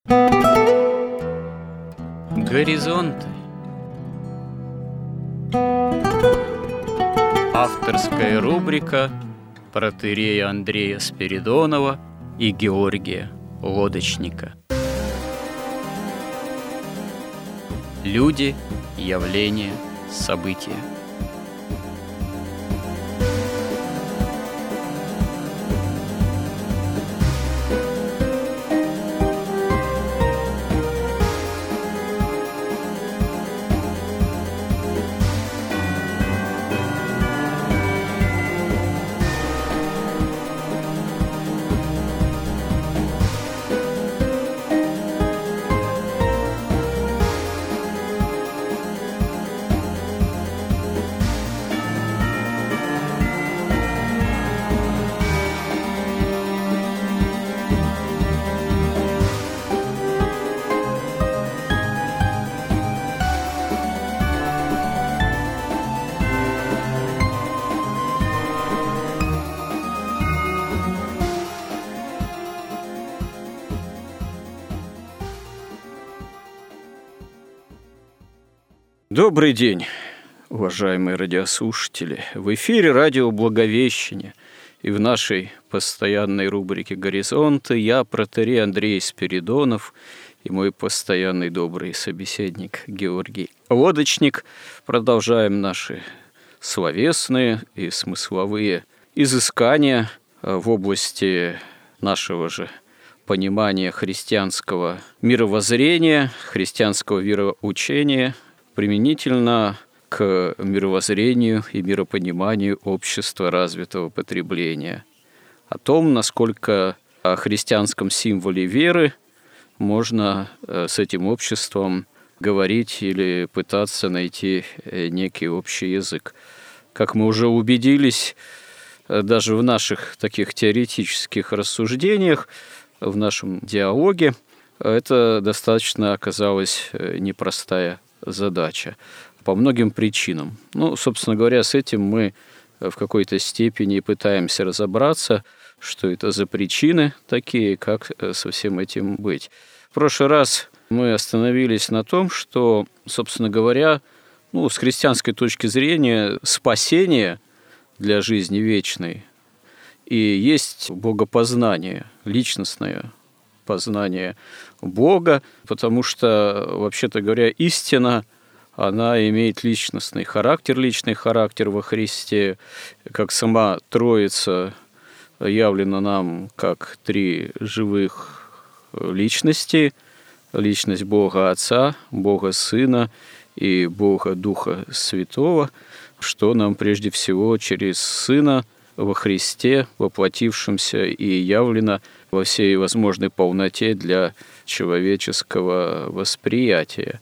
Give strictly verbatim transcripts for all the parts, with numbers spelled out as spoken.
Горизонты. Авторская рубрика протоиерея Андрея Спиридонова и Георгия Лодочника. Люди, явления, события. Добрый день, уважаемые радиослушатели! В эфире радио «Благовещение», и в нашей постоянной рубрике «Горизонты» я, протоиерей Андрей Спиридонов, и мой постоянный добрый собеседник Георгий Лодочник продолжаем наши словесные и смысловые изыскания в области нашего же понимания христианского мировоззрения, христианского вероучения, применительно к мировоззрению и миропониманию общества развитого потребления, о том, насколько о христианском символе веры можно с этим обществом говорить или пытаться найти некий общий язык. Как мы уже убедились, даже в наших таких теоретических рассуждениях, в нашем диалоге, это достаточно оказалась непростая задача по многим причинам. Ну, собственно говоря, с этим мы в какой-то степени пытаемся разобраться, что это за причины такие, как со всем этим быть. В прошлый раз мы остановились на том, что, собственно говоря, ну, с христианской точки зрения спасение для жизни вечной и есть богопознание, личностное познание Бога, потому что, вообще-то говоря, истина, она имеет личностный характер, личный характер во Христе, как сама Троица явлена нам как три живых личности, личность Бога Отца, Бога Сына и Бога Духа Святого, что нам прежде всего через Сына во Христе, воплотившемся и явлено во всей возможной полноте для человеческого восприятия.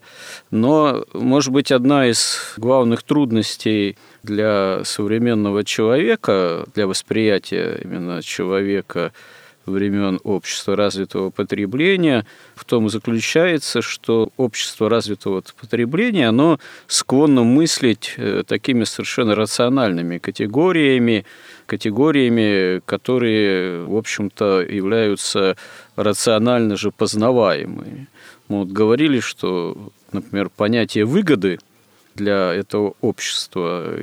Но, может быть, одна из главных трудностей для современного человека, для восприятия именно человека времен общества развитого потребления, в том и заключается, что общество развитого потребления, оно склонно мыслить такими совершенно рациональными категориями, категориями, которые, в общем-то, являются рационально же познаваемыми. Мы вот говорили, что, например, понятие выгоды для этого общества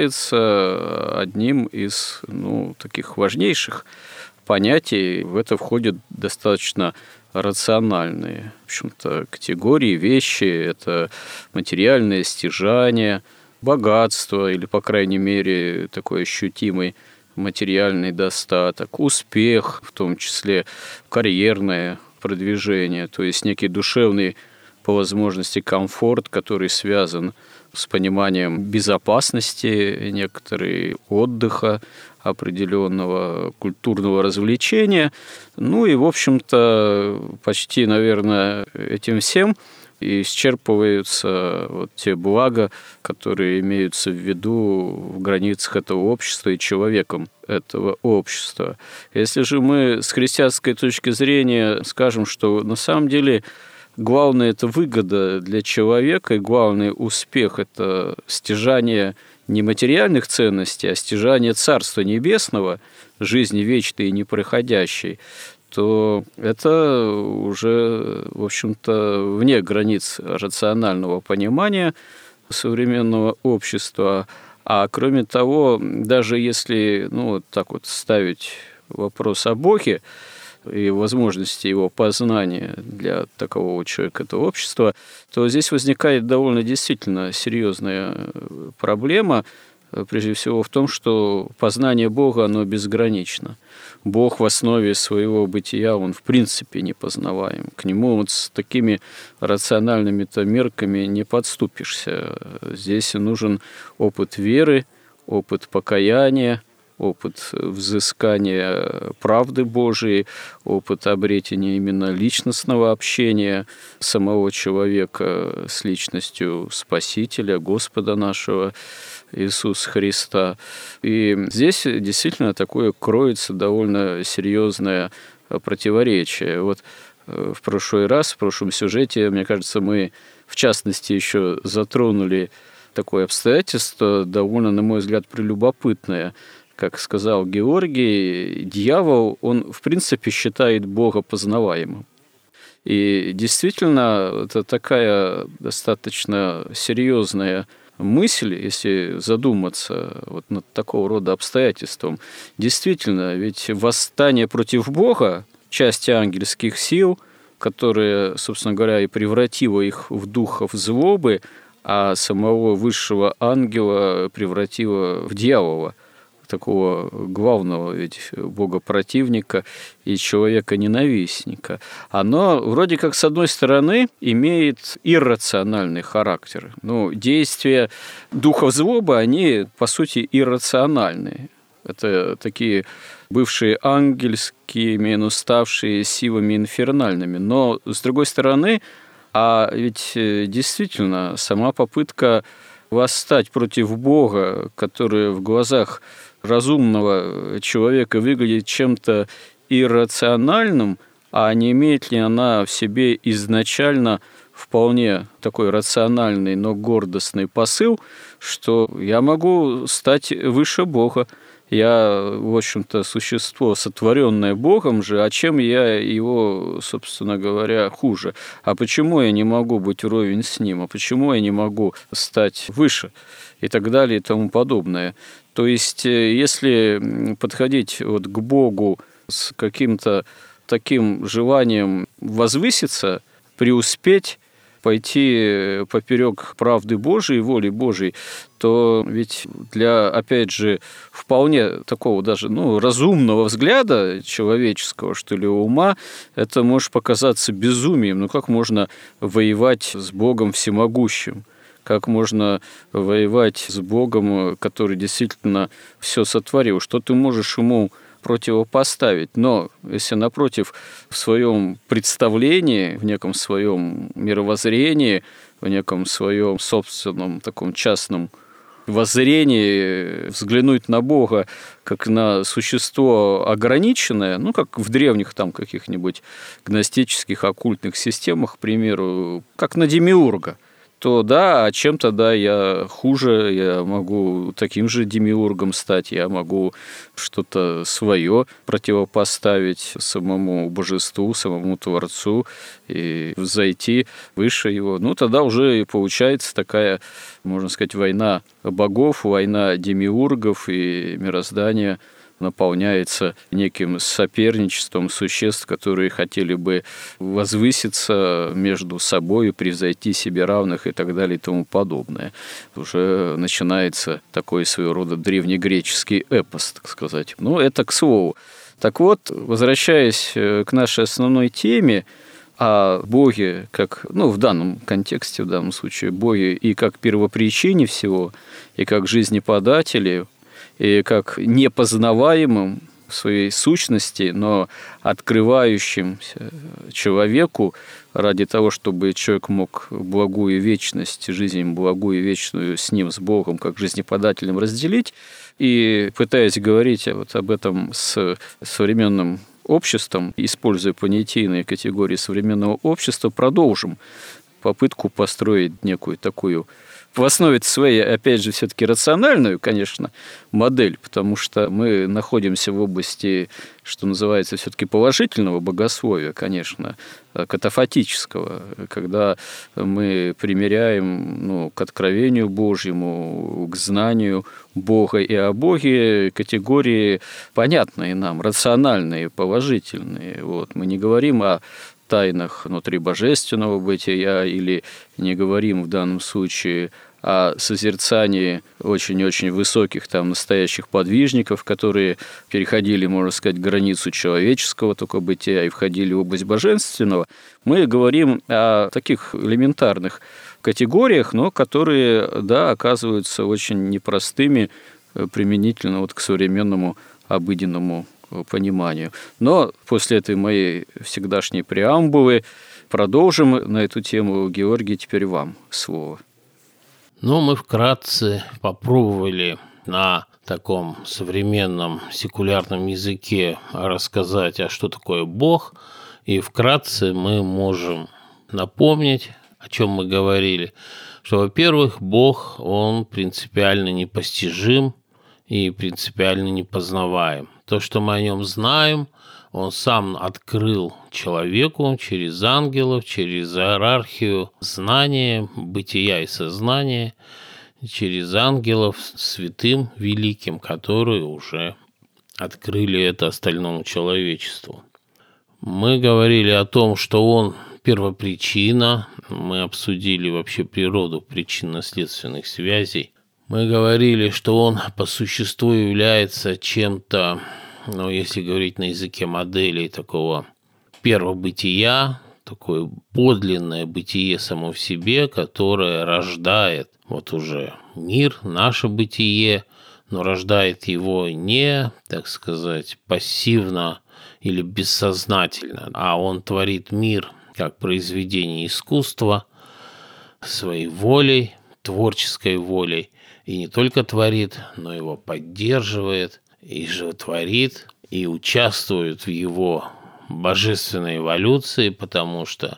является одним из, ну, таких важнейших понятий. В это входят достаточно рациональные, в общем-то, категории, вещи. Это материальное стяжание, богатство или, по крайней мере, такой ощутимый материальный достаток, успех, в том числе карьерное продвижение, то есть некий душевный, по возможности, комфорт, который связан с пониманием безопасности, некоторые отдыха, определенного культурного развлечения. Ну и, в общем-то, почти, наверное, этим всем исчерпываются вот те блага, которые имеются в виду в границах этого общества и человеком этого общества. Если же мы с христианской точки зрения скажем, что на самом деле главное – это выгода для человека, и главный успех – это стяжание не материальных ценностей, а стяжание Царства Небесного, жизни вечной и непроходящей, то это уже, в общем-то, вне границ рационального понимания современного общества. А кроме того, даже если, ну, вот так вот ставить вопрос о Боге и возможности его познания для такового человека, этого общества, то здесь возникает довольно действительно серьезная проблема, прежде всего в том, что познание Бога, оно безгранично. Бог в основе своего бытия, он в принципе непознаваем. К нему вот с такими рациональными-то мерками не подступишься. Здесь нужен опыт веры, опыт покаяния, опыт взыскания правды Божией, опыт обретения именно личностного общения самого человека с личностью Спасителя, Господа нашего Иисуса Христа. И здесь действительно такое кроется довольно серьезное противоречие. Вот в прошлый раз, в прошлом сюжете, мне кажется, мы в частности еще затронули такое обстоятельство, довольно, на мой взгляд, прелюбопытное. Как сказал Георгий, дьявол, он, в принципе, считает Бога познаваемым. И действительно, это такая достаточно серьезная мысль, если задуматься вот над такого рода обстоятельством. Действительно, ведь восстание против Бога, часть ангельских сил, которая, собственно говоря, и превратила их в духов злобы, а самого высшего ангела превратила в дьявола, такого главного ведь богопротивника и человека-ненавистника, оно вроде как, с одной стороны, имеет иррациональный характер. Ну, действия духов злобы, они, по сути, иррациональные. Это такие бывшие ангельскими, но ставшие силами инфернальными. Но, с другой стороны, а ведь действительно сама попытка восстать против Бога, который в глазах разумного человека выглядит чем-то иррациональным, а не имеет ли она в себе изначально вполне такой рациональный, но гордостный посыл, что я могу стать выше Бога. Я, в общем-то, существо, сотворенное Богом же, а чем я его, собственно говоря, хуже? А почему я не могу быть вровень с ним? А почему я не могу стать выше? И так далее, и тому подобное. То есть, если подходить вот к Богу с каким-то таким желанием возвыситься, преуспеть, пойти поперек правды Божией, воли Божией, то ведь для, опять же, вполне такого даже ну, разумного взгляда человеческого, что ли, ума, это может показаться безумием. Ну как можно воевать с Богом всемогущим? Как можно воевать с Богом, который действительно все сотворил? Что ты можешь ему противопоставить? Но если, напротив, в своем представлении, в неком своем мировоззрении, в неком своем собственном таком частном воззрении взглянуть на Бога как на существо ограниченное, ну, как в древних там каких-нибудь гностических оккультных системах, к примеру, как на демиурга, то да, а чем-то, да, я хуже, я могу таким же демиургом стать, я могу что-то свое противопоставить самому божеству, самому Творцу и взойти выше его. Ну, тогда уже и получается такая, можно сказать, война богов, война демиургов, и мироздание наполняется неким соперничеством существ, которые хотели бы возвыситься между собой, превзойти себе равных и так далее и тому подобное. Уже начинается такой своего рода древнегреческий эпос, так сказать. Ну, это к слову. Так вот, возвращаясь к нашей основной теме, о Боге, как, ну, в данном контексте, в данном случае, Боге и как первопричине всего, и как жизнеподателе, и как непознаваемым в своей сущности, но открывающимся человеку ради того, чтобы человек мог благую вечность, жизнь благую вечную с ним, с Богом, как жизнеподателем разделить. И пытаясь говорить вот об этом с современным обществом, используя понятийные категории современного общества, продолжим попытку построить некую такую в основе своей, опять же, все-таки рациональную, конечно, модель, потому что мы находимся в области, что называется, все-таки положительного богословия, конечно, катафатического, когда мы примеряем, ну, к откровению Божьему, к знанию Бога и о Боге категории понятные нам, рациональные, положительные. Вот. Мы не говорим о тайнах внутри божественного бытия или не говорим в данном случае о созерцании очень-очень высоких там настоящих подвижников, которые переходили, можно сказать, границу человеческого только бытия и входили в область божественного. Мы говорим о таких элементарных категориях, но которые, да, оказываются очень непростыми применительно вот к современному обыденному пониманию. Но после этой моей всегдашней преамбулы продолжим на эту тему. Георгий, теперь вам слово. Ну, мы вкратце попробовали на таком современном секулярном языке рассказать, а что такое Бог, и вкратце мы можем напомнить, о чем мы говорили, что, во-первых, Бог, Он принципиально непостижим и принципиально непознаваем. То, что мы о нем знаем, он сам открыл человеку через ангелов, через иерархию знания, бытия и сознания, через ангелов святым великим, которые уже открыли это остальному человечеству. Мы говорили о том, что он первопричина, мы обсудили вообще природу причинно-следственных связей. Мы говорили, что он по существу является чем-то, ну, если говорить на языке моделей, такого первобытия, такое подлинное бытие само в себе, которое рождает вот уже мир, наше бытие, но рождает его не, так сказать, пассивно или бессознательно, а он творит мир как произведение искусства своей волей, творческой волей, и не только творит, но его поддерживает, и животворит, и участвует в его божественной эволюции, потому что,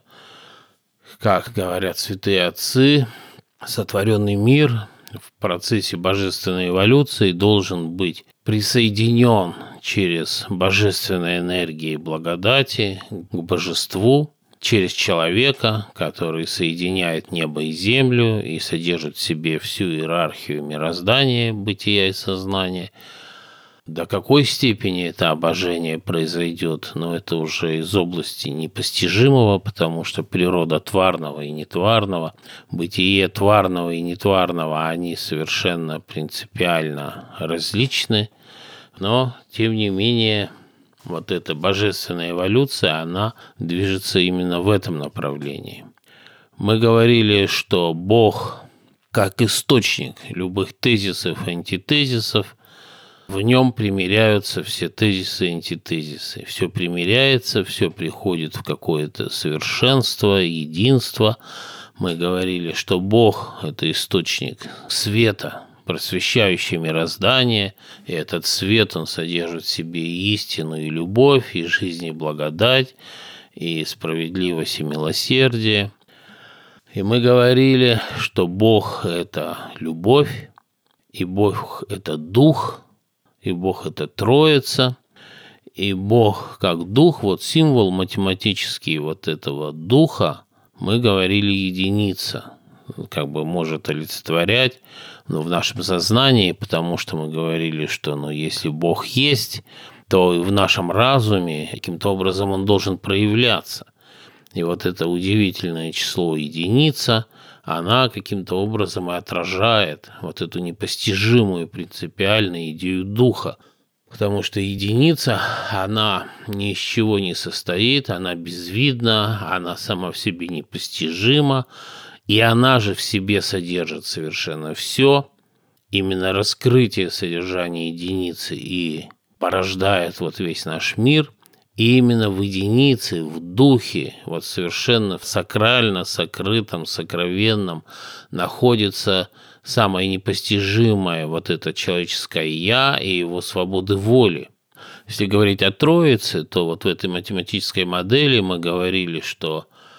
как говорят святые отцы, сотворенный мир в процессе божественной эволюции должен быть присоединен через божественные энергии благодати к божеству, через человека, который соединяет небо и землю и содержит в себе всю иерархию мироздания, бытия и сознания. До какой степени это обожение произойдет, но это уже из области непостижимого, потому что природа тварного и нетварного, бытие тварного и нетварного, они совершенно принципиально различны, но, тем не менее, вот эта божественная эволюция, она движется именно в этом направлении. Мы говорили, что Бог, как источник любых тезисов и антитезисов, в нем примиряются все тезисы и антитезисы. Все примиряется, все приходит в какое-то совершенство, единство. Мы говорили, что Бог – это источник света, просвещающий мироздание, и этот свет, он содержит в себе и истину, и любовь, и жизнь, и благодать, и справедливость, и милосердие. И мы говорили, что Бог – это любовь, и Бог – это Дух, и Бог – это Троица, и Бог как Дух, вот символ математический вот этого Духа, мы говорили единица, как бы может олицетворять, но в нашем сознании, потому что мы говорили, что ну, если Бог есть, то и в нашем разуме каким-то образом он должен проявляться. И вот это удивительное число единица, она каким-то образом и отражает вот эту непостижимую принципиальную идею духа. Потому что единица, она ни из чего не состоит, она безвидна, она сама в себе непостижима, и она же в себе содержит совершенно все. Именно раскрытие содержания единицы и порождает вот весь наш мир. И именно в единице, в духе, вот совершенно в сакрально, сокрытом, сокровенном находится самое непостижимое вот это человеческое «я» и его свободы воли. Если говорить о Троице, то вот в этой математической модели мы говорили, что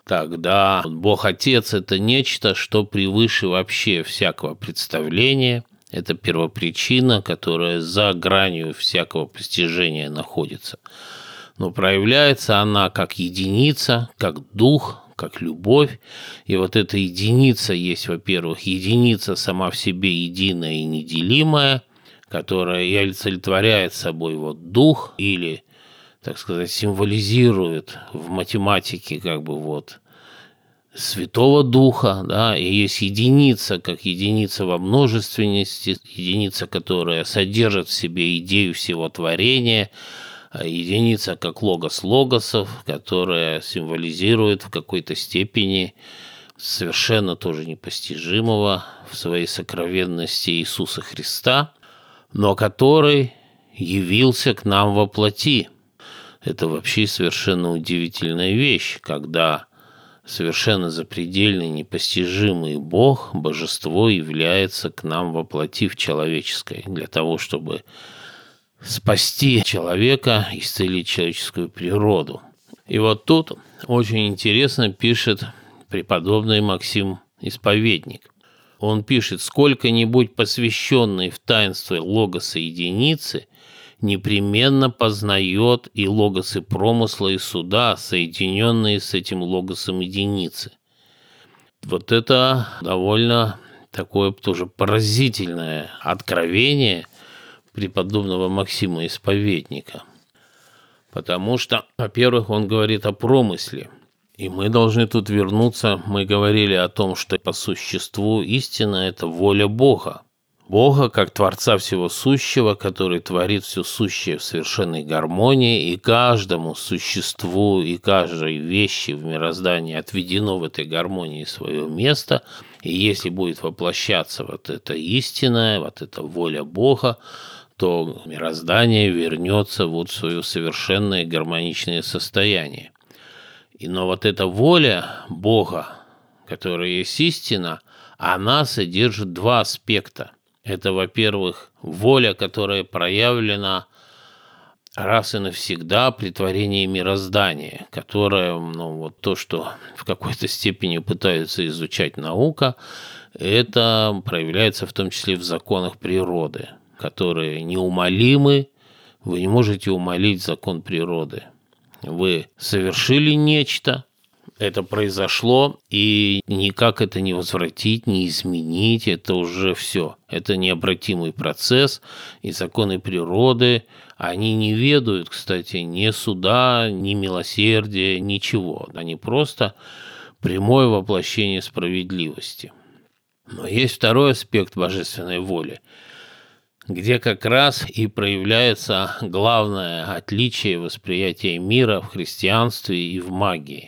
тогда Бог Отец – это нечто, что превыше вообще всякого представления. Это первопричина, которая за гранью всякого постижения находится. Но проявляется она как единица, как дух, как любовь. И вот эта единица есть, во-первых, единица сама в себе единая и неделимая, которая и олицетворяет собой вот дух или, так сказать, символизирует в математике как бы вот Святого Духа, да, и есть единица, как единица во множественности, единица, которая содержит в себе идею всего творения, единица как логос логосов, которая символизирует в какой-то степени совершенно тоже непостижимого в своей сокровенности Иисуса Христа, но который явился к нам во плоти. Это вообще совершенно удивительная вещь, когда совершенно запредельный, непостижимый Бог, Божество является к нам во плоти в человеческой, для того, чтобы спасти человека, исцелить человеческую природу. И вот тут очень интересно пишет преподобный Максим Исповедник. Он пишет: «Сколько-нибудь посвященный в таинство логоса единицы непременно познает и логосы промысла и суда, соединенные с этим логосом единицы». Вот это довольно такое тоже поразительное откровение преподобного Максима Исповедника. Потому что, во-первых, он говорит о промысле. И мы должны тут вернуться, мы говорили о том, что по существу истина – это воля Бога. Бога как Творца всего сущего, который творит все сущее в совершенной гармонии, и каждому существу и каждой вещи в мироздании отведено в этой гармонии свое место, и если будет воплощаться вот эта истина, вот эта воля Бога, то мироздание вернется вот в свое совершенное гармоничное состояние. И но вот эта воля Бога, которая есть истина, она содержит два аспекта. Это, во-первых, воля, которая проявлена раз и навсегда при творении мироздания, которая, ну, вот то, что в какой-то степени пытается изучать наука, это проявляется в том числе в законах природы, которые неумолимы. Вы не можете умолить закон природы. Вы совершили нечто, это произошло, и никак это не возвратить, не изменить, это уже все. Это необратимый процесс, и законы природы, они не ведают, кстати, ни суда, ни милосердия, ничего. Они просто прямое воплощение справедливости. Но есть второй аспект божественной воли, где как раз и проявляется главное отличие восприятия мира в христианстве и в магии.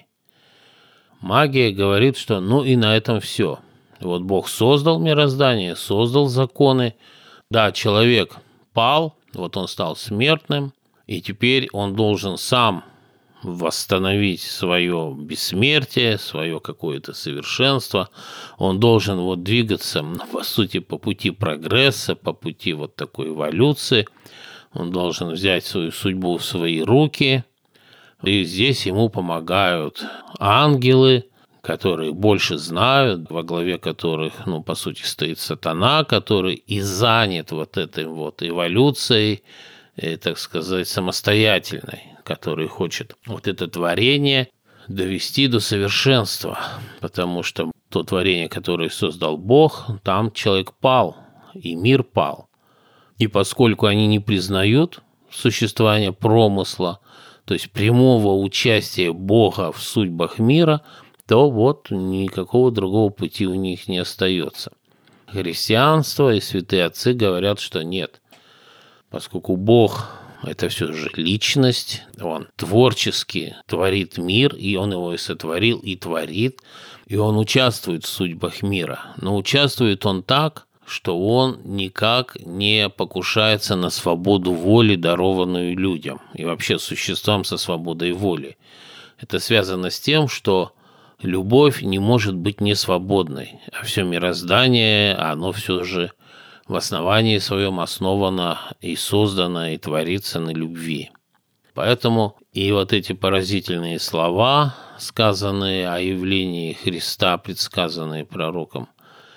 Магия говорит, что ну и на этом все. Вот Бог создал мироздание, создал законы. Да, человек пал, вот он стал смертным, и теперь он должен сам восстановить свое бессмертие, свое какое-то совершенство. Он должен вот двигаться, по сути, по пути прогресса, по пути вот такой эволюции. Он должен взять свою судьбу в свои руки. И здесь ему помогают ангелы, которые больше знают, во главе которых, ну, по сути, стоит сатана, который и занят вот этой вот эволюцией, и, так сказать, самостоятельной, который хочет вот это творение довести до совершенства, потому что то творение, которое создал Бог, там человек пал, и мир пал. И поскольку они не признают существование промысла, то есть прямого участия Бога в судьбах мира, то вот никакого другого пути у них не остается. Христианство и святые отцы говорят, что нет, поскольку Бог – это все же личность, Он творчески творит мир, и Он его и сотворил, и творит, и Он участвует в судьбах мира. Но участвует Он так, что Он никак не покушается на свободу воли, дарованную людям, и вообще существам со свободой воли. Это связано с тем, что любовь не может быть несвободной, а все мироздание, оно все же в основании своем основано и создано, и творится на любви. Поэтому и вот эти поразительные слова, сказанные о явлении Христа, предсказанные пророком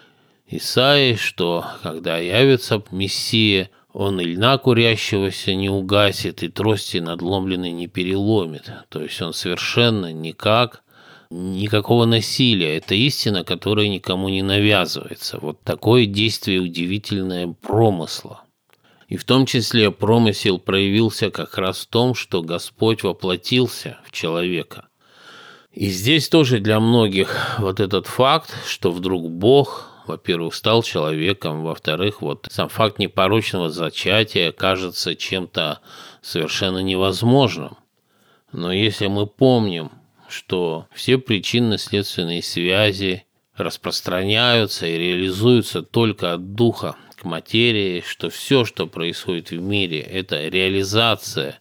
Исаией, что когда явится Мессия, он и льна курящегося не угасит, и трости надломленной не переломит. То есть он совершенно никак, никакого насилия. Это истина, которая никому не навязывается. Вот такое действие удивительное промысла. И в том числе промысел проявился как раз в том, что Господь воплотился в человека. И здесь тоже для многих вот этот факт, что вдруг Бог, во-первых, стал человеком, во-вторых, вот сам факт непорочного зачатия кажется чем-то совершенно невозможным. Но если мы помним, что все причинно-следственные связи распространяются и реализуются только от духа к материи, что все, что происходит в мире, это реализация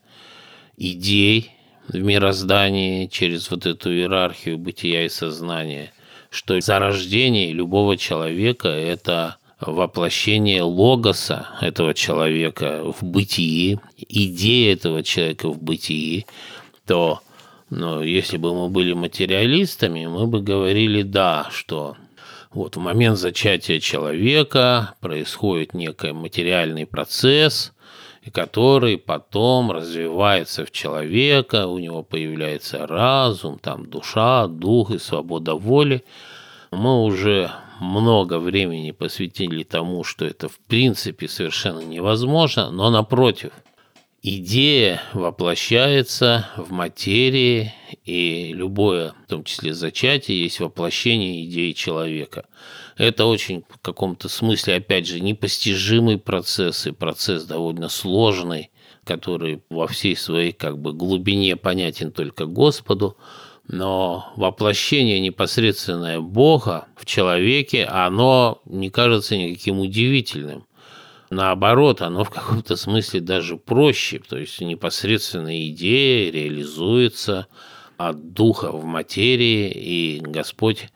идей в мироздании через вот эту иерархию бытия и сознания, что зарождение любого человека – это воплощение логоса этого человека в бытии, идея этого человека в бытии, то но если бы мы были материалистами, мы бы говорили, да, что вот в момент зачатия человека происходит некий материальный процесс, который потом развивается в человека, у него появляется разум, там душа, дух и свобода воли. Мы уже много времени посвятили тому, что это в принципе совершенно невозможно, но напротив, идея воплощается в материи, и любое, в том числе зачатие, есть воплощение идеи человека. Это очень в каком-то смысле, опять же, непостижимый процесс, и процесс довольно сложный, который во всей своей как бы глубине понятен только Господу. Но воплощение непосредственное Бога в человеке, оно не кажется никаким удивительным. Наоборот, оно в каком-то смысле даже проще, то есть непосредственная идея реализуется от духа в материи, и Господь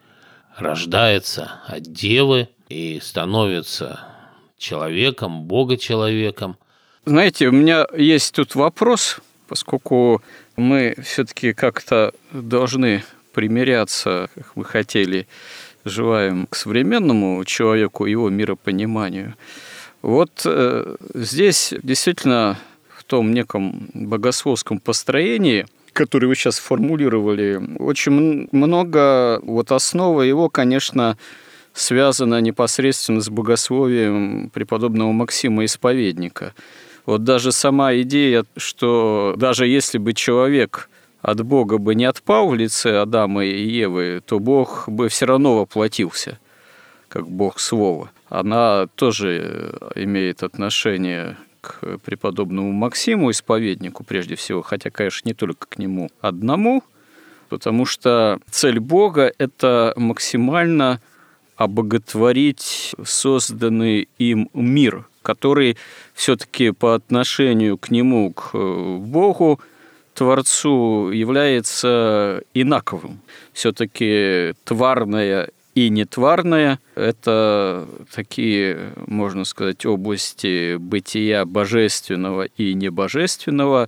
рождается от девы и становится человеком, Бога-человеком. Знаете, у меня есть тут вопрос, поскольку мы все-таки как-то должны примиряться, как мы хотели, желаем, к современному человеку, его миропониманию. Вот э, здесь действительно в том неком богословском построении, которое вы сейчас формулировали, очень много, вот основа его, конечно, связана непосредственно с богословием преподобного Максима Исповедника. Вот даже сама идея, что даже если бы человек от Бога бы не отпал в лице Адама и Евы, то Бог бы все равно воплотился, как Бог Слова. Она тоже имеет отношение к преподобному Максиму Исповеднику, прежде всего, хотя, конечно, не только к нему одному, потому что цель Бога – это максимально обоготворить созданный им мир, который все-таки по отношению к нему, к Богу, Творцу, является инаковым. Все-таки тварное и нетварное – это такие, можно сказать, области бытия божественного и небожественного,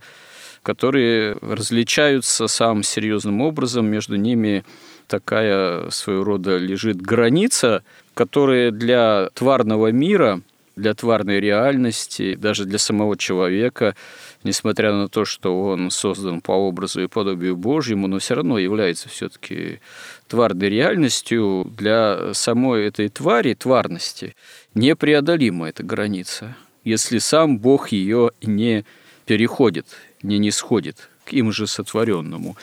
которые различаются самым серьезным образом. Между ними такая своего рода лежит граница, которая для тварного мира, для тварной реальности, даже для самого человека, несмотря на то, что он создан по образу и подобию Божьему, но все равно является все-таки тварной реальностью. Для самой этой твари, тварности, непреодолима эта граница, если сам Бог ее не переходит, не нисходит к им же сотворенному.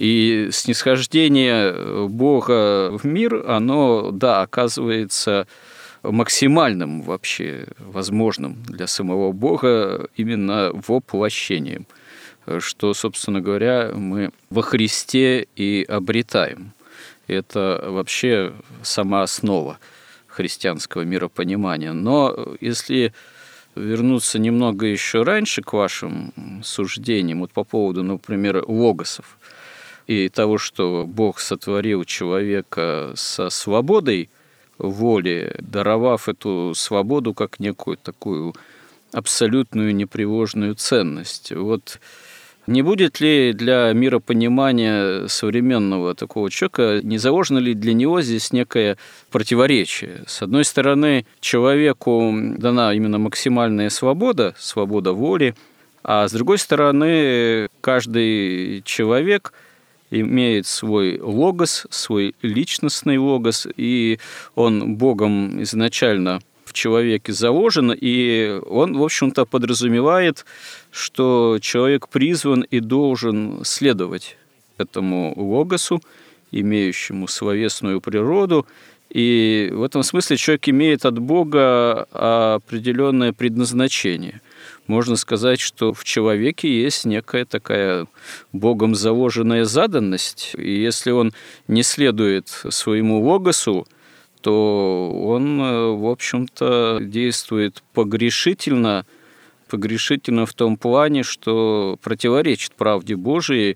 И снисхождение Бога в мир, оно, да, оказывается максимальным вообще возможным для самого Бога именно воплощением, что, собственно говоря, мы во Христе и обретаем. Это вообще сама основа христианского миропонимания. Но если вернуться немного еще раньше к вашим суждениям, вот по поводу, например, логосов и того, что Бог сотворил человека со свободой воли, даровав эту свободу как некую такую абсолютную непреложную ценность. Вот Не будет ли для миропонимания современного такого человека, не заложено ли для него здесь некое противоречие? С одной стороны, человеку дана именно максимальная свобода, свобода воли, а с другой стороны, каждый человек имеет свой логос, свой личностный логос, и он Богом изначально в человеке заложен, и он, в общем-то, подразумевает, что человек призван и должен следовать этому логосу, имеющему словесную природу, и в этом смысле человек имеет от Бога определенное предназначение. Можно сказать, что в человеке есть некая такая Богом заложенная заданность, и если он не следует своему логосу, то он, в общем-то, действует погрешительно, погрешительно в том плане, что противоречит правде Божией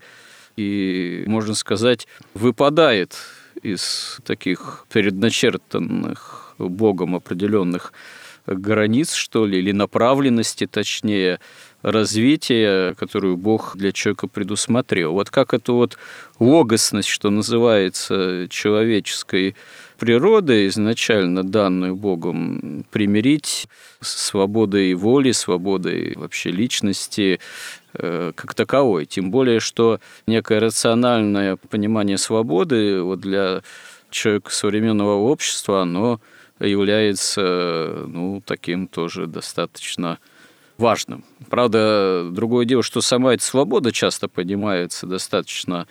и, можно сказать, выпадает из таких предначертанных Богом определенных границ, что ли, или направленности, точнее, развития, которую Бог для человека предусмотрел. Вот как эту вот логосность, что называется, человеческой природы, изначально данную Богом, примирить с свободой воли, свободой вообще личности э, как таковой. Тем более, что некое рациональное понимание свободы вот для человека современного общества, оно является, ну, таким тоже достаточно важным. Правда, другое дело, что сама эта свобода часто понимается достаточно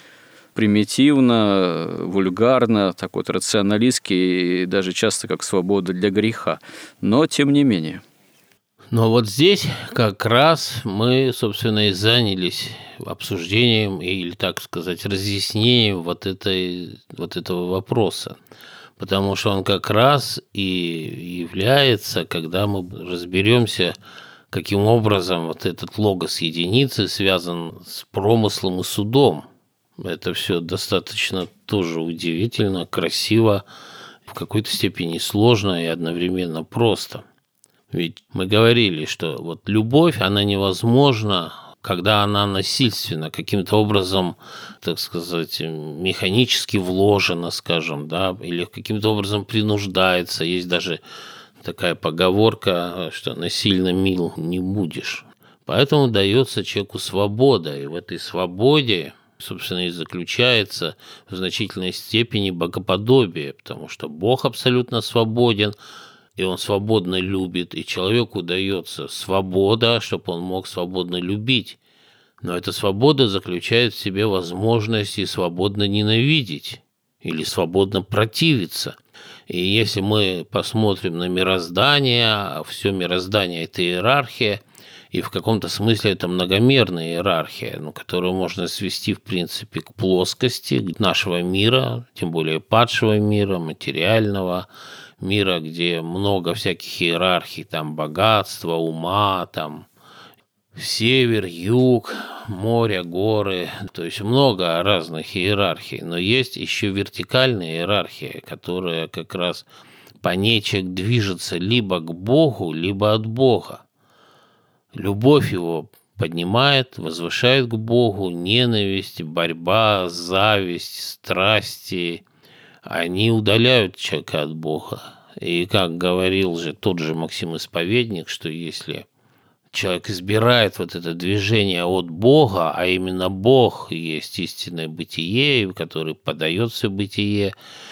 примитивно, вульгарно, так вот рационалистски, и даже часто как свобода для греха. Но тем не менее. Но вот здесь как раз мы, собственно, и занялись обсуждением или, так сказать, разъяснением вот, этой, вот этого вопроса. Потому что он как раз и является, когда мы разберемся, каким образом вот этот логос единицы связан с промыслом и судом. Это все достаточно тоже удивительно, красиво, в какой-то степени сложно и одновременно просто. Ведь мы говорили, что вот любовь, она невозможна, когда она насильственно, каким-то образом, так сказать, механически вложена, скажем, да, или каким-то образом принуждается. Есть даже такая поговорка, что насильно мил не будешь. Поэтому дается человеку свобода, и в этой свободе, собственно, и заключается в значительной степени богоподобие, потому что Бог абсолютно свободен, и Он свободно любит, и человеку дается свобода, чтобы он мог свободно любить. Но эта свобода заключает в себе возможность и свободно ненавидеть или свободно противиться. И если мы посмотрим на мироздание, все мироздание – это иерархия, и в каком-то смысле это многомерная иерархия, ну, которую можно свести, в принципе, к плоскости нашего мира, тем более падшего мира, материального мира, где много всяких иерархий, там богатства, ума, там север, юг, море, горы, то есть много разных иерархий, но есть еще вертикальная иерархия, которая как раз по ней человек движется либо к Богу, либо от Бога. Любовь его поднимает, возвышает к Богу, ненависть, борьба, зависть, страсти, они удаляют человека от Бога. И как говорил же тот же Максим Исповедник, что если человек избирает вот это движение от Бога, а именно Бог есть истинное бытие, который подает все бытие,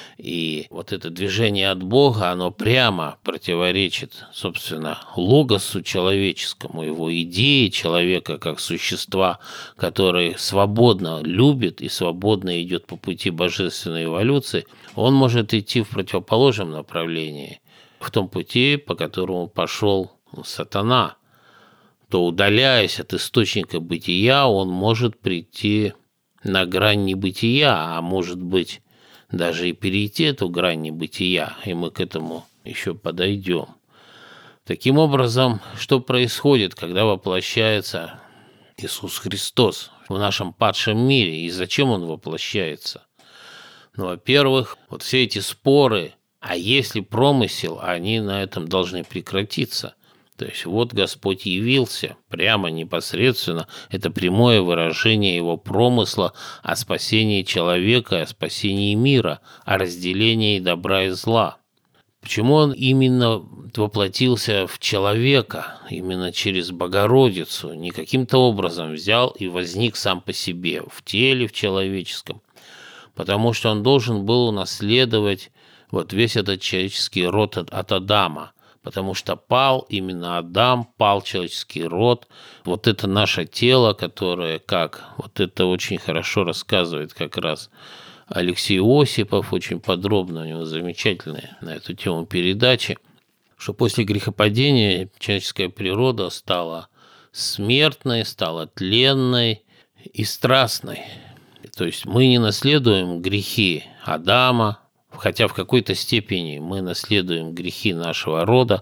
и вот это движение от Бога, оно прямо противоречит, собственно, логосу человеческому, его идее человека как существа, который свободно любит и свободно идет по пути божественной эволюции, он может идти в противоположном направлении, в том пути, по которому пошел сатана. То, удаляясь от источника бытия, он может прийти на грань небытия, а может быть, даже и перейти эту грань небытия, и мы к этому еще подойдем. Таким образом, что происходит, когда воплощается Иисус Христос в нашем падшем мире, и зачем Он воплощается? Ну, во-первых, вот все эти споры, а есть ли промысел, они на этом должны прекратиться. То есть вот Господь явился прямо непосредственно. Это прямое выражение Его промысла о спасении человека, о спасении мира, о разделении добра и зла. Почему Он именно воплотился в человека, именно через Богородицу, не каким-то образом взял и возник сам по себе, в теле, в человеческом? Потому что Он должен был унаследовать вот весь этот человеческий род от, от Адама. Потому что пал именно Адам, пал человеческий род. Вот это наше тело, которое как? Вот это очень хорошо рассказывает как раз Алексей Осипов, очень подробно, у него замечательные на эту тему передачи, что после грехопадения человеческая природа стала смертной, стала тленной и страстной. То есть мы не наследуем грехи Адама, хотя в какой-то степени мы наследуем грехи нашего рода,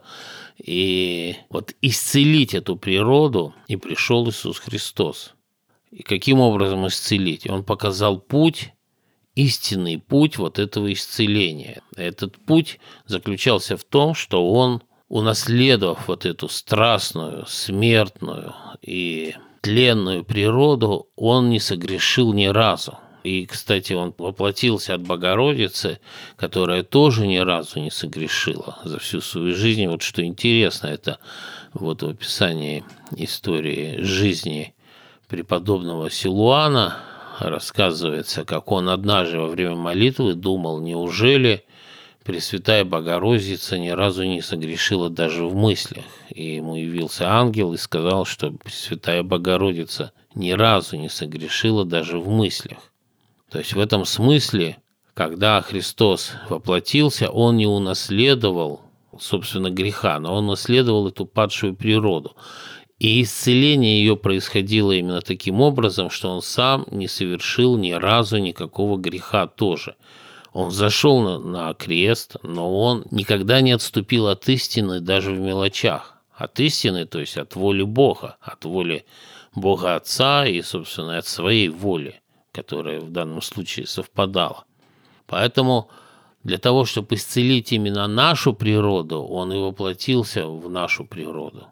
и вот исцелить эту природу и пришел Иисус Христос. И каким образом исцелить? Он показал путь, истинный путь вот этого исцеления. Этот путь заключался в том, что Он, унаследовав вот эту страстную, смертную и тленную природу, Он не согрешил ни разу. И, кстати, Он воплотился от Богородицы, которая тоже ни разу не согрешила за всю свою жизнь. Вот что интересно, это вот в описании истории жизни преподобного Силуана рассказывается, как он однажды во время молитвы думал, неужели Пресвятая Богородица ни разу не согрешила даже в мыслях. И ему явился ангел и сказал, что Пресвятая Богородица ни разу не согрешила даже в мыслях. То есть в этом смысле, когда Христос воплотился, Он не унаследовал, собственно, греха, но Он унаследовал эту падшую природу. И исцеление ее происходило именно таким образом, что Он сам не совершил ни разу никакого греха тоже. Он зашел на, на крест, но Он никогда не отступил от истины даже в мелочах. От истины, то есть от воли Бога, от воли Бога Отца и, собственно, от своей воли, которая в данном случае совпадала. Поэтому для того, чтобы исцелить именно нашу природу, Он и воплотился в нашу природу.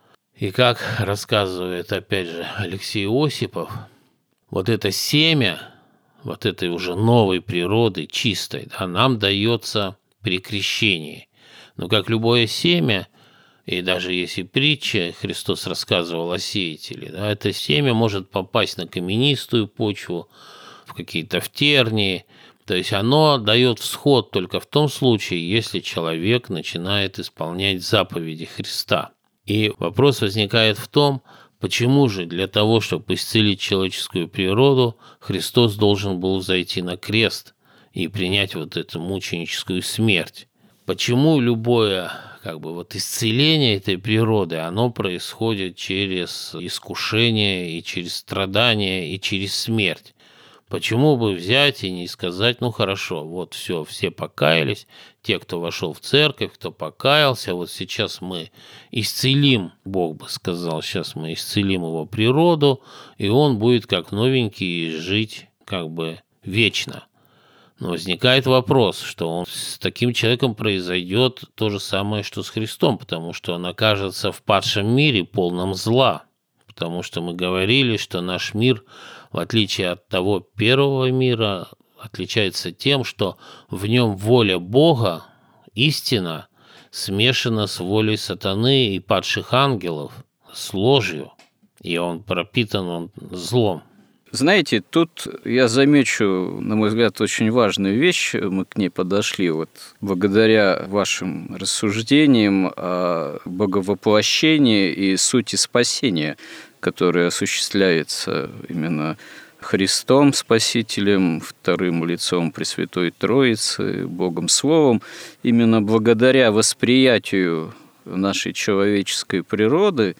И как рассказывает, опять же, Алексей Осипов, вот это семя, вот этой уже новой природы, чистой, да, нам дается при крещении. Но как любое семя, и даже если притча, Христос рассказывал о сеятеле, да, это семя может попасть на каменистую почву, в какие-то втернии, то есть оно дает всход только в том случае, если человек начинает исполнять заповеди Христа. И вопрос возникает в том, почему же для того, чтобы исцелить человеческую природу, Христос должен был зайти на крест и принять вот эту мученическую смерть? Почему любое как бы вот исцеление этой природы, оно происходит через искушение и через страдания и через смерть? Почему бы взять и не сказать, ну хорошо, вот все, все покаялись, те, кто вошел в церковь, кто покаялся, вот сейчас мы исцелим, Бог бы сказал, сейчас мы исцелим его природу, и он будет как новенький жить как бы вечно. Но возникает вопрос, что он, с таким человеком произойдет то же самое, что с Христом, потому что он окажется в падшем мире, полном зла. Потому что мы говорили, что наш мир, в отличие от того первого мира, отличается тем, что в нем воля Бога, истина, смешана с волей сатаны и падших ангелов, с ложью, и он пропитан он злом. Знаете, тут я замечу, на мой взгляд, очень важную вещь, мы к ней подошли вот благодаря вашим рассуждениям о боговоплощении и сути спасения, которое осуществляется именно Христом Спасителем, вторым лицом Пресвятой Троицы, Богом Словом, именно благодаря восприятию нашей человеческой природы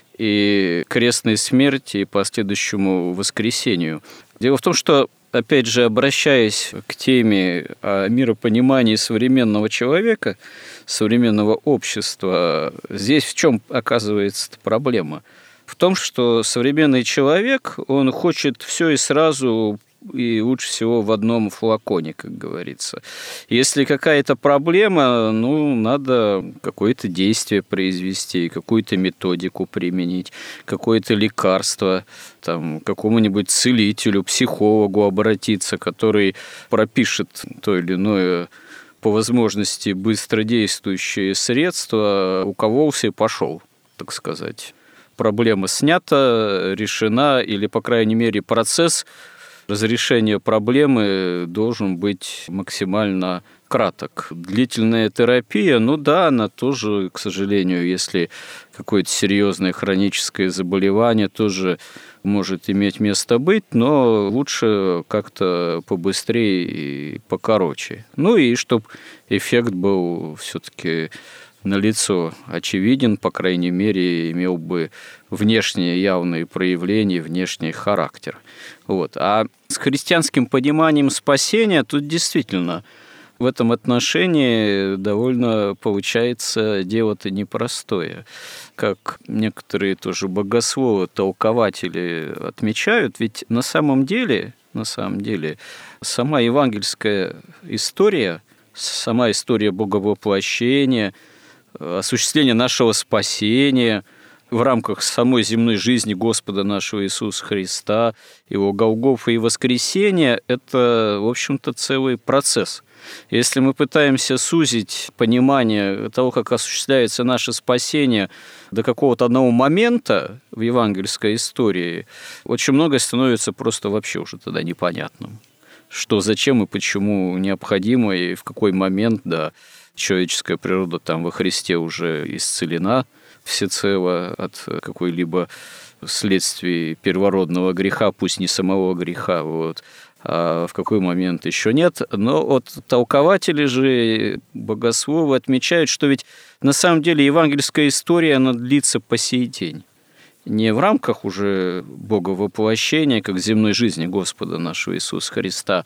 и крестной смерти и последующему воскресению. Дело в том, что, опять же, обращаясь к теме о миропонимании современного человека, современного общества, здесь в чем оказывается проблема? В том, что современный человек, он хочет все и сразу и лучше всего в одном флаконе, как говорится. Если какая-то проблема, ну, надо какое-то действие произвести, какую-то методику применить, какое-то лекарство, там, к какому-нибудь целителю, психологу обратиться, который пропишет то или иное, по возможности, быстродействующие средства, укололся и пошел, так сказать. Проблема снята, решена, или, по крайней мере, процесс разрешения проблемы должен быть максимально краток. Длительная терапия, ну да, она тоже, к сожалению, если какое-то серьезное хроническое заболевание, тоже может иметь место быть, но лучше как-то побыстрее и покороче. Ну и чтобы эффект был все-таки налицо, очевиден, по крайней мере, имел бы внешние явные проявления, внешний характер. Вот. А с христианским пониманием спасения тут действительно в этом отношении довольно получается дело-то непростое. Как некоторые тоже богословы, толкователи отмечают, ведь на самом деле, на самом деле сама евангельская история, сама история боговоплощения, осуществление нашего спасения в рамках самой земной жизни Господа нашего Иисуса Христа, Его Голгофы и воскресения – это, в общем-то, целый процесс. Если мы пытаемся сузить понимание того, как осуществляется наше спасение до какого-то одного момента в евангельской истории, очень многое становится просто вообще уже тогда непонятным. Что, зачем и почему необходимо, и в какой момент, да, человеческая природа там во Христе уже исцелена всецело от какой-либо следствий первородного греха, пусть не самого греха, вот, а в какой момент еще нет. Но вот толкователи же, богословы отмечают, что ведь на самом деле евангельская история, она длится по сей день. Не в рамках уже боговоплощения, как земной жизни Господа нашего Иисуса Христа,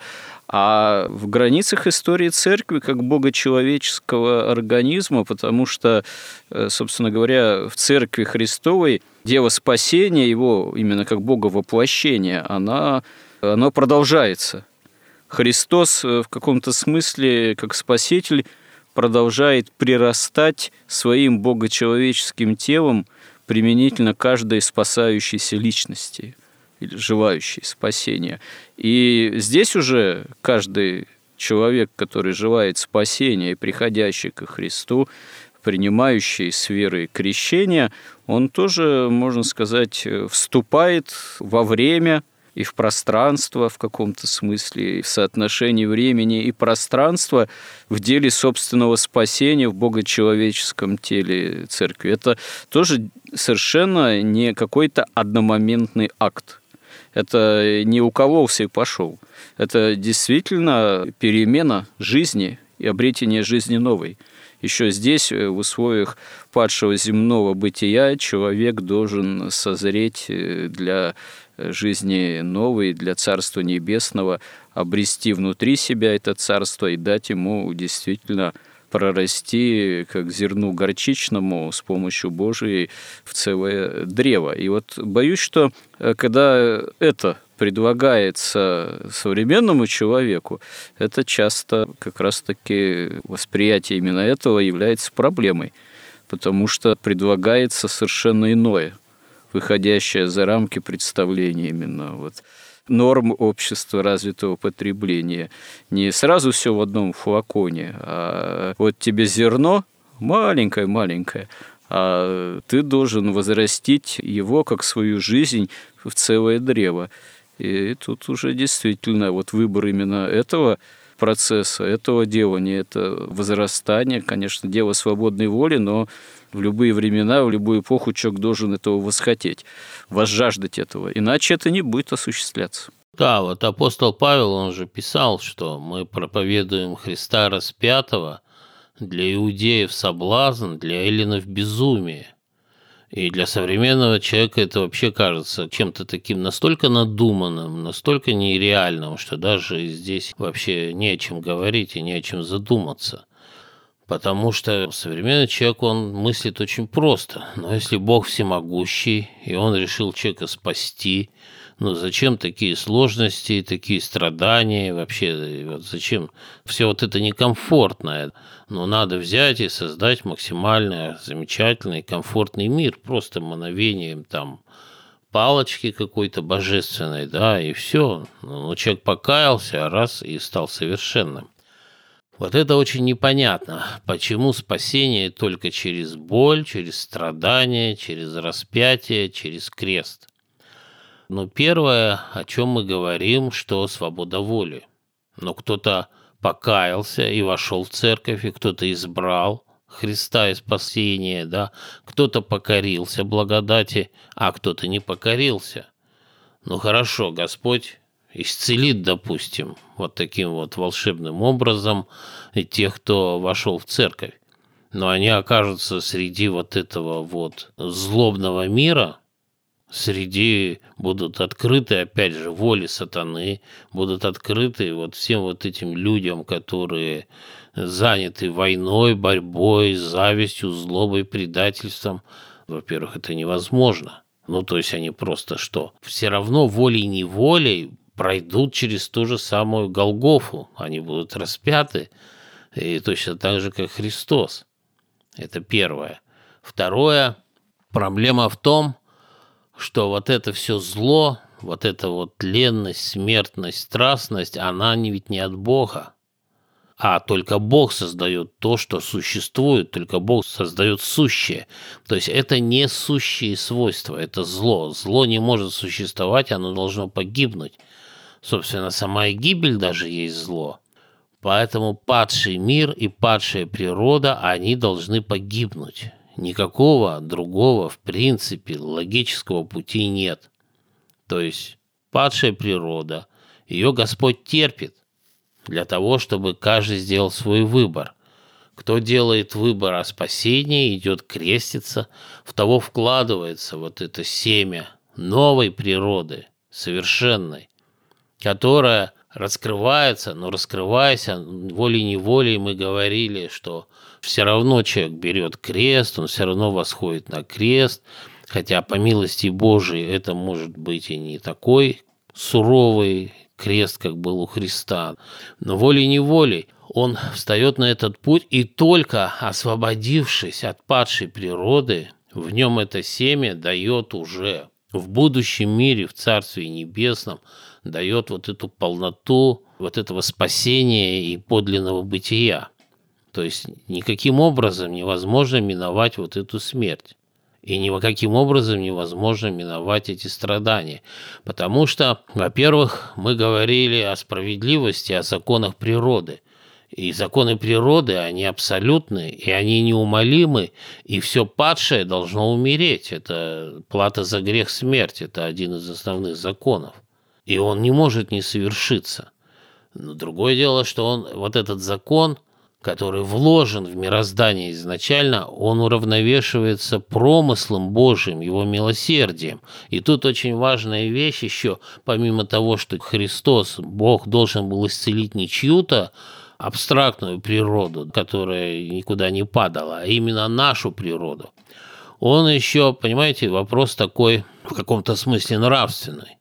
а в границах истории Церкви как богочеловеческого организма, потому что, собственно говоря, в Церкви Христовой дело спасения его, именно как боговоплощения, она, оно продолжается. Христос в каком-то смысле, как Спаситель, продолжает прирастать своим богочеловеческим телом применительно каждой спасающейся личности или желающей спасения. И здесь уже каждый человек, который желает спасения и приходящий ко Христу, принимающий с верой крещение, он тоже, можно сказать, вступает во время и в пространство в каком-то смысле, и в соотношении времени и пространства в деле собственного спасения в богочеловеческом теле Церкви. Это тоже совершенно не какой-то одномоментный акт. Это не укололся и пошел. Это действительно перемена жизни и обретение жизни новой. Еще здесь, в условиях падшего земного бытия, человек должен созреть для жизни новой, для Царства Небесного, обрести внутри себя это Царство и дать ему действительно прорасти, как зерну горчичному, с помощью Божией в целое древо. И вот боюсь, что когда это предлагается современному человеку, это часто как раз-таки восприятие именно этого является проблемой, потому что предлагается совершенно иное, выходящее за рамки представления именно вот норм общества развитого потребления. Не сразу все в одном флаконе, а вот тебе зерно маленькое-маленькое, а ты должен возрастить его как свою жизнь в целое древо. И тут уже действительно вот выбор именно этого процесса, этого делания, это возрастание, конечно, дело свободной воли, но в любые времена, в любую эпоху человек должен этого восхотеть, возжаждать этого, иначе это не будет осуществляться. Да, вот апостол Павел, он же писал, что мы проповедуем Христа распятого, для иудеев соблазн, для эллинов безумие. И для современного человека это вообще кажется чем-то таким настолько надуманным, настолько нереальным, что даже здесь вообще не о чем говорить и не о чем задуматься. Потому что современный человек, он мыслит очень просто. Но если Бог всемогущий, и Он решил человека спасти, Ну, зачем такие сложности, такие страдания вообще? Вот зачем? Все вот это некомфортное. Но надо взять и создать максимально замечательный, комфортный мир. Просто мановением там палочки какой-то божественной, да, и все. Ну, человек покаялся, раз, и стал совершенным. Вот это очень непонятно, почему спасение только через боль, через страдания, через распятие, через крест. Но первое, о чем мы говорим, что свобода воли. Но кто-то покаялся и вошел в церковь, и кто-то избрал Христа и спасение, да, кто-то покорился благодати, а кто-то не покорился. Ну хорошо, Господь исцелит, допустим, вот таким вот волшебным образом и тех, кто вошел в церковь. Но они окажутся среди вот этого вот злобного мира, среди будут открыты, опять же, воли сатаны, будут открыты вот всем вот этим людям, которые заняты войной, борьбой, завистью, злобой, предательством. Во-первых, это невозможно. Ну, то есть они просто что? Все равно волей-неволей пройдут через ту же самую Голгофу. Они будут распяты, и точно так же, как Христос. Это первое. Второе, проблема в том, что вот это все зло, вот эта вот ленность, смертность, страстность, она ведь не от Бога. А только Бог создает то, что существует, только Бог создает сущее. То есть это не сущие свойства, это зло. Зло не может существовать, оно должно погибнуть. Собственно, сама и гибель даже есть зло. Поэтому падший мир и падшая природа, они должны погибнуть. Никакого другого, в принципе, логического пути нет. То есть падшая природа, ее Господь терпит для того, чтобы каждый сделал свой выбор. Кто делает выбор о спасении, идет креститься, в того вкладывается вот это семя новой природы, совершенной, которая раскрывается, но раскрываясь волей-неволей, мы говорили, что все равно человек берет крест, он все равно восходит на крест, хотя по милости Божией это может быть и не такой суровый крест, как был у Христа, но волей-неволей он встает на этот путь, и только освободившись от падшей природы, в нем это семя дает уже в будущем мире, в Царстве Небесном, дает вот эту полноту, вот этого спасения и подлинного бытия. То есть никаким образом невозможно миновать вот эту смерть. И никаким образом невозможно миновать эти страдания. Потому что, во-первых, мы говорили о справедливости, о законах природы. И законы природы, они абсолютны, и они неумолимы, и все падшее должно умереть. Это плата за грех — смерть, это один из основных законов. И он не может не совершиться. Но другое дело, что он, вот этот закон, который вложен в мироздание изначально, он уравновешивается промыслом Божьим, его милосердием. И тут очень важная вещь еще, помимо того, что Христос, Бог, должен был исцелить не чью-то абстрактную природу, которая никуда не падала, а именно нашу природу. Он еще, понимаете, вопрос такой в каком-то смысле нравственный.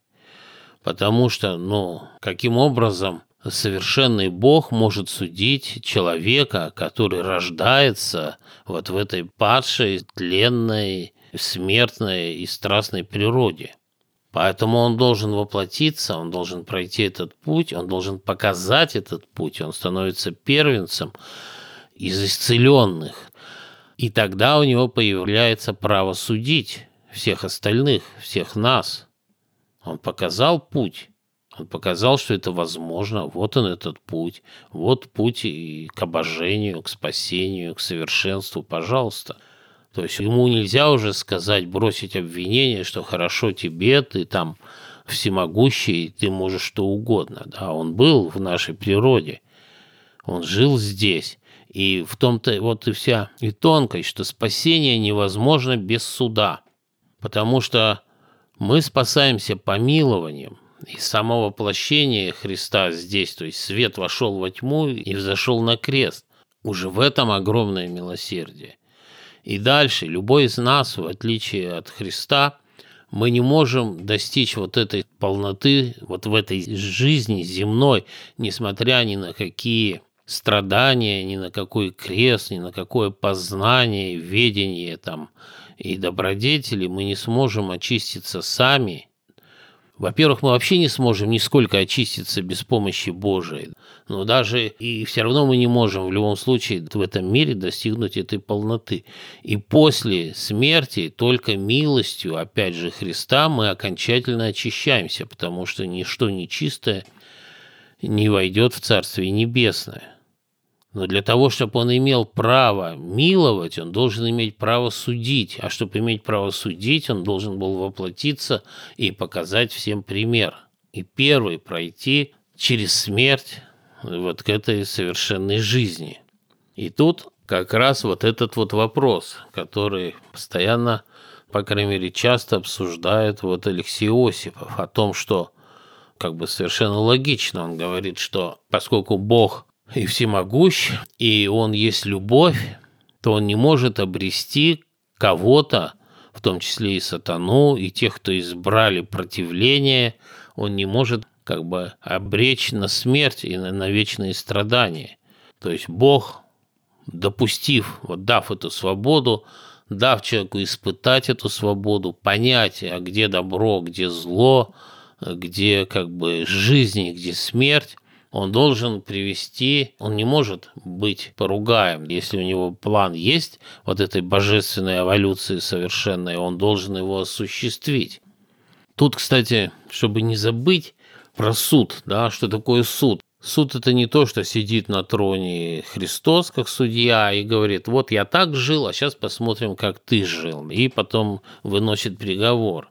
Потому что, ну, каким образом совершенный Бог может судить человека, который рождается вот в этой падшей, тленной, смертной и страстной природе? Поэтому он должен воплотиться, он должен пройти этот путь, он должен показать этот путь, он становится первенцем из исцеленных. И тогда у него появляется право судить всех остальных, всех нас. Он показал путь. Он показал, что это возможно. Вот он, этот путь. Вот путь и к обожению, к спасению, к совершенству. Пожалуйста. То есть ему нельзя уже сказать, бросить обвинение, что хорошо тебе, ты там всемогущий, ты можешь что угодно. Да, он был в нашей природе. Он жил здесь. И в том-то вот и вся и тонкость, что спасение невозможно без суда. Потому что мы спасаемся помилованием. И само воплощение Христа здесь, то есть свет вошел во тьму и взошел на крест. Уже в этом огромное милосердие. И дальше любой из нас, в отличие от Христа, Мы не можем достичь вот этой полноты вот в этой жизни земной, несмотря ни на какие страдания, ни на какой крест, ни на какое познание, ведение там и добродетели, мы не сможем очиститься сами. Во-первых, мы вообще не сможем нисколько очиститься без помощи Божией. Но даже и все равно мы не можем в любом случае в этом мире достигнуть этой полноты. И после смерти только милостью, опять же, Христа мы окончательно очищаемся, потому что ничто нечистое не войдет в Царствие Небесное. Но для того, чтобы он имел право миловать, он должен иметь право судить. А чтобы иметь право судить, он должен был воплотиться и показать всем пример. И первый пройти через смерть вот к этой совершенной жизни. И тут как раз вот этот вот вопрос, который постоянно, по крайней мере, часто обсуждает вот Алексей Осипов, о том, что как бы совершенно логично. Он говорит, что поскольку Бог и всемогущ, и он есть любовь, то он не может обрести кого-то, в том числе и сатану, и тех, кто избрали противление, он не может как бы обречь на смерть и на, на вечные страдания. То есть Бог, допустив, вот дав эту свободу, дав человеку испытать эту свободу, понять, а где добро, где зло, где как бы жизнь, где смерть, он должен привести, он не может быть поругаем. Если у него план есть, вот этой божественной эволюции совершенной, он должен его осуществить. Тут, кстати, чтобы не забыть про суд, да, что такое суд. Суд – это не то, что сидит на троне Христос, как судья, и говорит, вот я так жил, а сейчас посмотрим, как ты жил, и потом выносит приговор.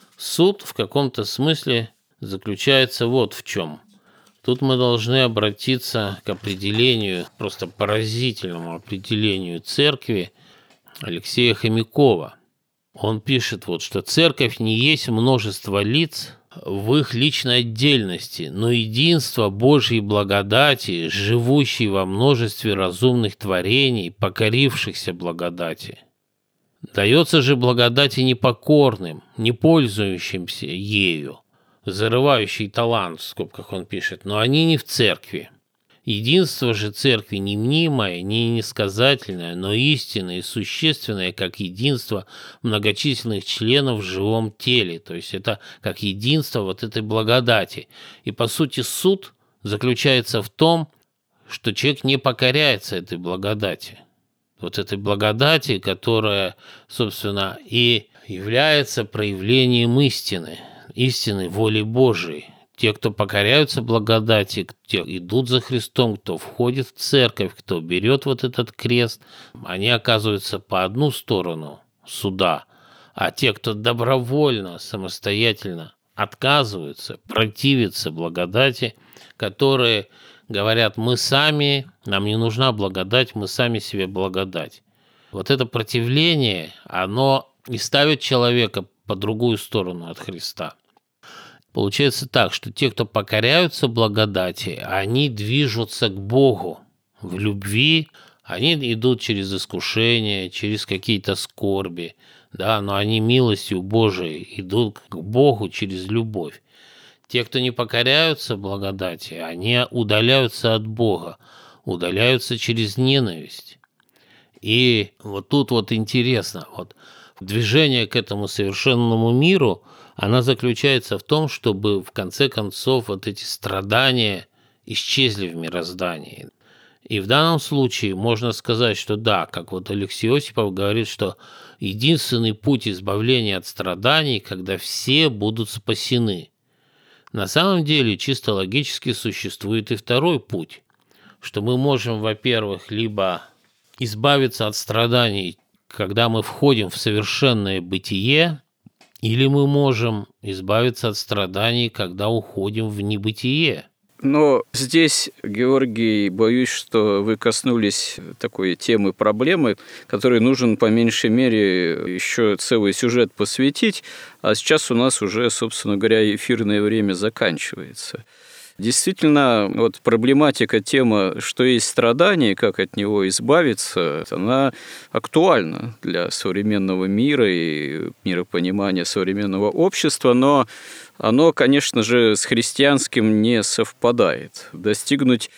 Суд в каком-то смысле заключается вот в чем. Тут мы должны обратиться к определению, просто поразительному определению церкви Алексея Хомякова. Он пишет, вот, что церковь не есть множество лиц в их личной отдельности, но единство Божьей благодати, живущей во множестве разумных творений, покорившихся благодати. Дается же благодати непокорным, не пользующимся ею, зарывающий талант, в скобках он пишет, но они не в церкви. Единство же церкви не мнимое, не иносказательное, но истинное и существенное, как единство многочисленных членов в живом теле. То есть это как единство вот этой благодати. И по сути суд заключается в том, что человек не покоряется этой благодати. Вот этой благодати, которая, собственно, и является проявлением истины, истинной воли Божией. Те, кто покоряются благодати, те идут за Христом, кто входит в церковь, кто берет вот этот крест, они оказываются по одну сторону суда, а те, кто добровольно, самостоятельно отказываются, противятся благодати, которые говорят, мы сами, нам не нужна благодать, мы сами себе благодать. Вот это противление, оно и ставит человека по другую сторону от Христа. Получается так, что те, кто покоряются благодати, они движутся к Богу в любви, они идут через искушения, через какие-то скорби, да, но они милостью Божией идут к Богу через любовь. Те, кто не покоряются благодати, они удаляются от Бога, удаляются через ненависть. И вот тут вот интересно, вот движение к этому совершенному миру, она заключается в том, чтобы в конце концов вот эти страдания исчезли в мироздании. И в данном случае можно сказать, что да, как вот Алексей Осипов говорит, что единственный путь избавления от страданий, когда все будут спасены. На самом деле, чисто логически существует и второй путь, что мы можем, во-первых, либо избавиться от страданий, когда мы входим в совершенное бытие, или мы можем избавиться от страданий, когда уходим в небытие. Но здесь, Георгий, боюсь, что вы коснулись такой темы, проблемы, которой нужен по меньшей мере еще целый сюжет посвятить, а сейчас у нас уже, собственно говоря, эфирное время заканчивается. Действительно, вот проблематика, тема, что есть страдание, как от него избавиться, она актуальна для современного мира и миропонимания современного общества, но оно, конечно же, с христианским не совпадает. Достигнуть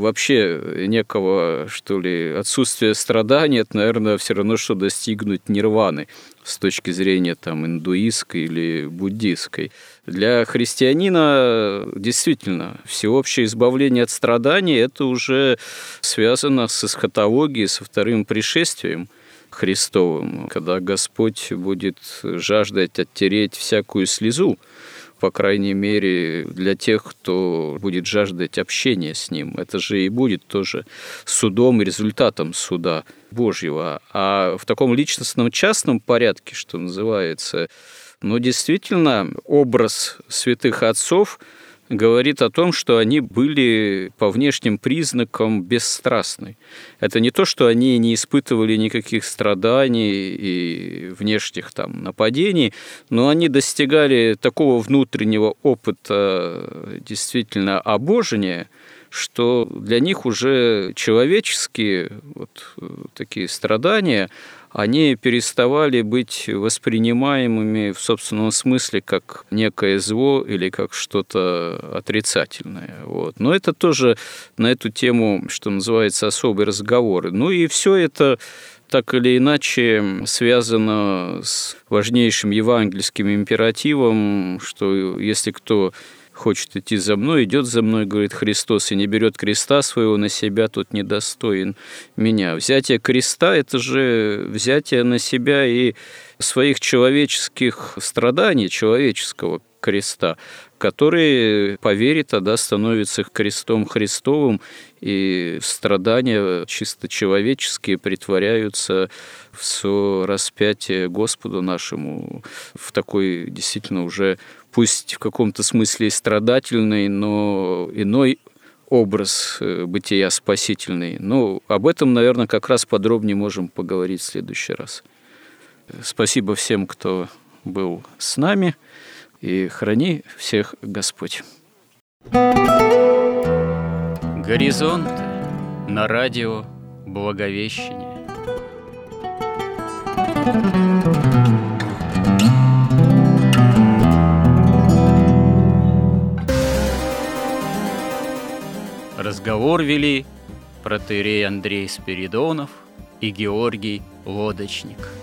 вообще некого, что ли, отсутствия страданий, это, наверное, все равно, что достигнуть нирваны с точки зрения там, индуистской или буддистской. Для христианина действительно всеобщее избавление от страданий – это уже связано с эсхатологией, со вторым пришествием Христовым, когда Господь будет жаждать оттереть всякую слезу, по крайней мере, для тех, кто будет жаждать общения с Ним. Это же и будет тоже судом и результатом суда Божьего. А в таком личностном, частном порядке, что называется, ну, действительно, образ святых отцов говорит о том, что они были по внешним признакам бесстрастны. Это не то, что они не испытывали никаких страданий и внешних там нападений, но они достигали такого внутреннего опыта действительно обожения, что для них уже человеческие вот такие страдания, они переставали быть воспринимаемыми в собственном смысле как некое зло или как что-то отрицательное. Вот. Но это тоже на эту тему, что называется, особые разговоры. Ну и все это так или иначе связано с важнейшим евангельским императивом, что если кто хочет идти за мной, идет за мной, говорит Христос, и не берет креста своего на себя, тот недостоин меня. Взятие креста – это же взятие на себя и своих человеческих страданий, человеческого креста, который, по вере, тогда становится крестом Христовым, и страдания чисто человеческие притворяются в сораспятие Господу нашему, в такой действительно уже, пусть в каком-то смысле и страдательный, но иной образ бытия спасительный. Ну, об этом, наверное, как раз подробнее можем поговорить в следующий раз. Спасибо всем, кто был с нами, и храни всех Господь. Горизонт на радио Благовещение. Разговор вели протоиерей Андрей Спиридонов и Георгий Лодочник.